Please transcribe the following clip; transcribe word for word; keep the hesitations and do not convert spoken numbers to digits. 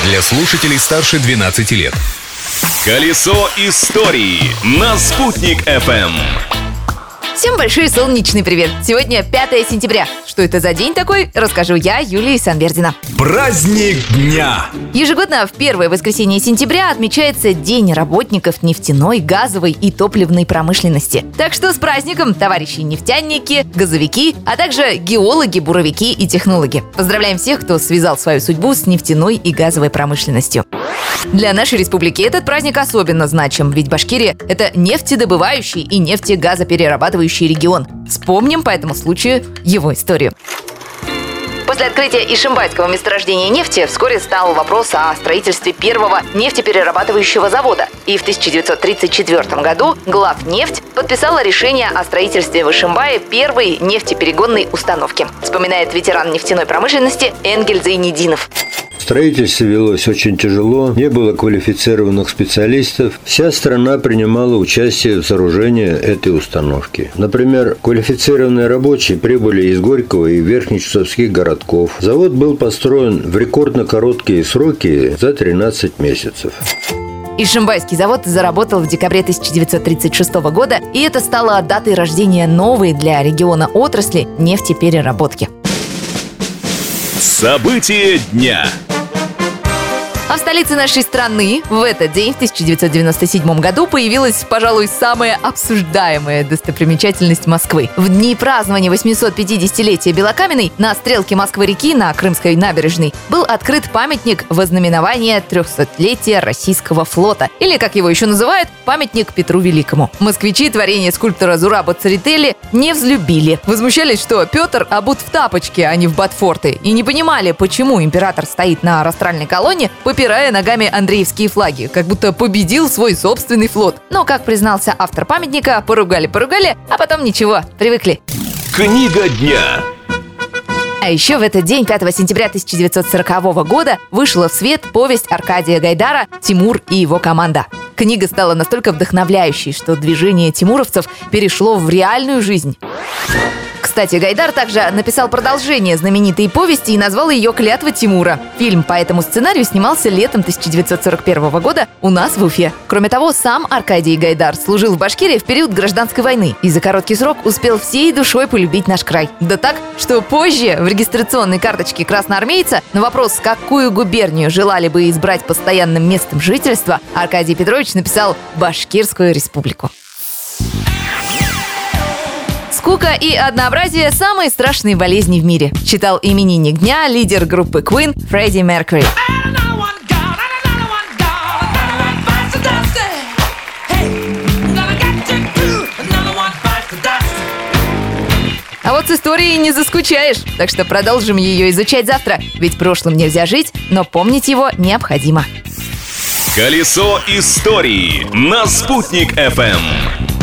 Для слушателей старше двенадцати лет. Колесо истории на Спутник эф эм. Всем большой солнечный привет! Сегодня пятое сентября. Что это за день такой, расскажу я, Юлия Санбердина. Праздник дня! Ежегодно в первое воскресенье сентября отмечается День работников нефтяной, газовой и топливной промышленности. Так что с праздником, товарищи нефтяники, газовики, а также геологи, буровики и технологи. Поздравляем всех, кто связал свою судьбу с нефтяной и газовой промышленностью. Для нашей республики этот праздник особенно значим, ведь Башкирия – это нефтедобывающий и нефтегазоперерабатывающий регион. Вспомним по этому случаю его историю. После открытия Ишимбайского месторождения нефти вскоре стал вопрос о строительстве первого нефтеперерабатывающего завода. И в тысяча девятьсот тридцать четвёртом году Главнефть подписала решение о строительстве в Ишимбае первой нефтеперегонной установки, вспоминает ветеран нефтяной промышленности Энгель Зайнидинов. Строительство велось очень тяжело, не было квалифицированных специалистов. Вся страна принимала участие в сооружении этой установки. Например, квалифицированные рабочие прибыли из Горького и Верхнечусовских городков. Завод был построен в рекордно короткие сроки за тринадцать месяцев. Ишимбайский завод заработал в декабре тысяча девятьсот тридцать шестого года, и это стало датой рождения новой для региона отрасли нефтепереработки. События дня. А в столице нашей страны в этот день, в тысяча девятьсот девяносто седьмом году, появилась, пожалуй, самая обсуждаемая достопримечательность Москвы. В дни празднования восьмисот-пятидесятилетия Белокаменной на стрелке Москвы-реки на Крымской набережной был открыт памятник вознаменования трехсотлетия Российского флота, или, как его еще называют, памятник Петру Великому. Москвичи творение скульптора Зураба Церетели не взлюбили. Возмущались, что Петр обут в тапочки, а не в ботфорты, и не понимали, почему император стоит на растральной колонне, попирая ногами андреевские флаги, как будто победил свой собственный флот. Но, как признался автор памятника, поругали-поругали, а потом ничего, привыкли. Книга дня. А еще в этот день, пятого сентября тысяча девятьсот сорокового года, вышла в свет повесть Аркадия Гайдара «Тимур и его команда». Книга стала настолько вдохновляющей, что движение тимуровцев перешло в реальную жизнь. Кстати, Гайдар также написал продолжение знаменитой повести и назвал ее «Клятва Тимура». Фильм по этому сценарию снимался летом тысяча девятьсот сорок первого года у нас в Уфе. Кроме того, сам Аркадий Гайдар служил в Башкирии в период гражданской войны и за короткий срок успел всей душой полюбить наш край. Да так, что позже в регистрационной карточке красноармейца на вопрос, какую губернию желали бы избрать постоянным местом жительства, Аркадий Петрович написал «Башкирскую республику». Скука и однообразие – самые страшные болезни в мире, считал именинник дня лидер группы Queen Фредди Меркьюри. А вот с историей не заскучаешь, так что продолжим ее изучать завтра, ведь прошлым нельзя жить, но помнить его необходимо. Колесо истории на Спутник эф эм.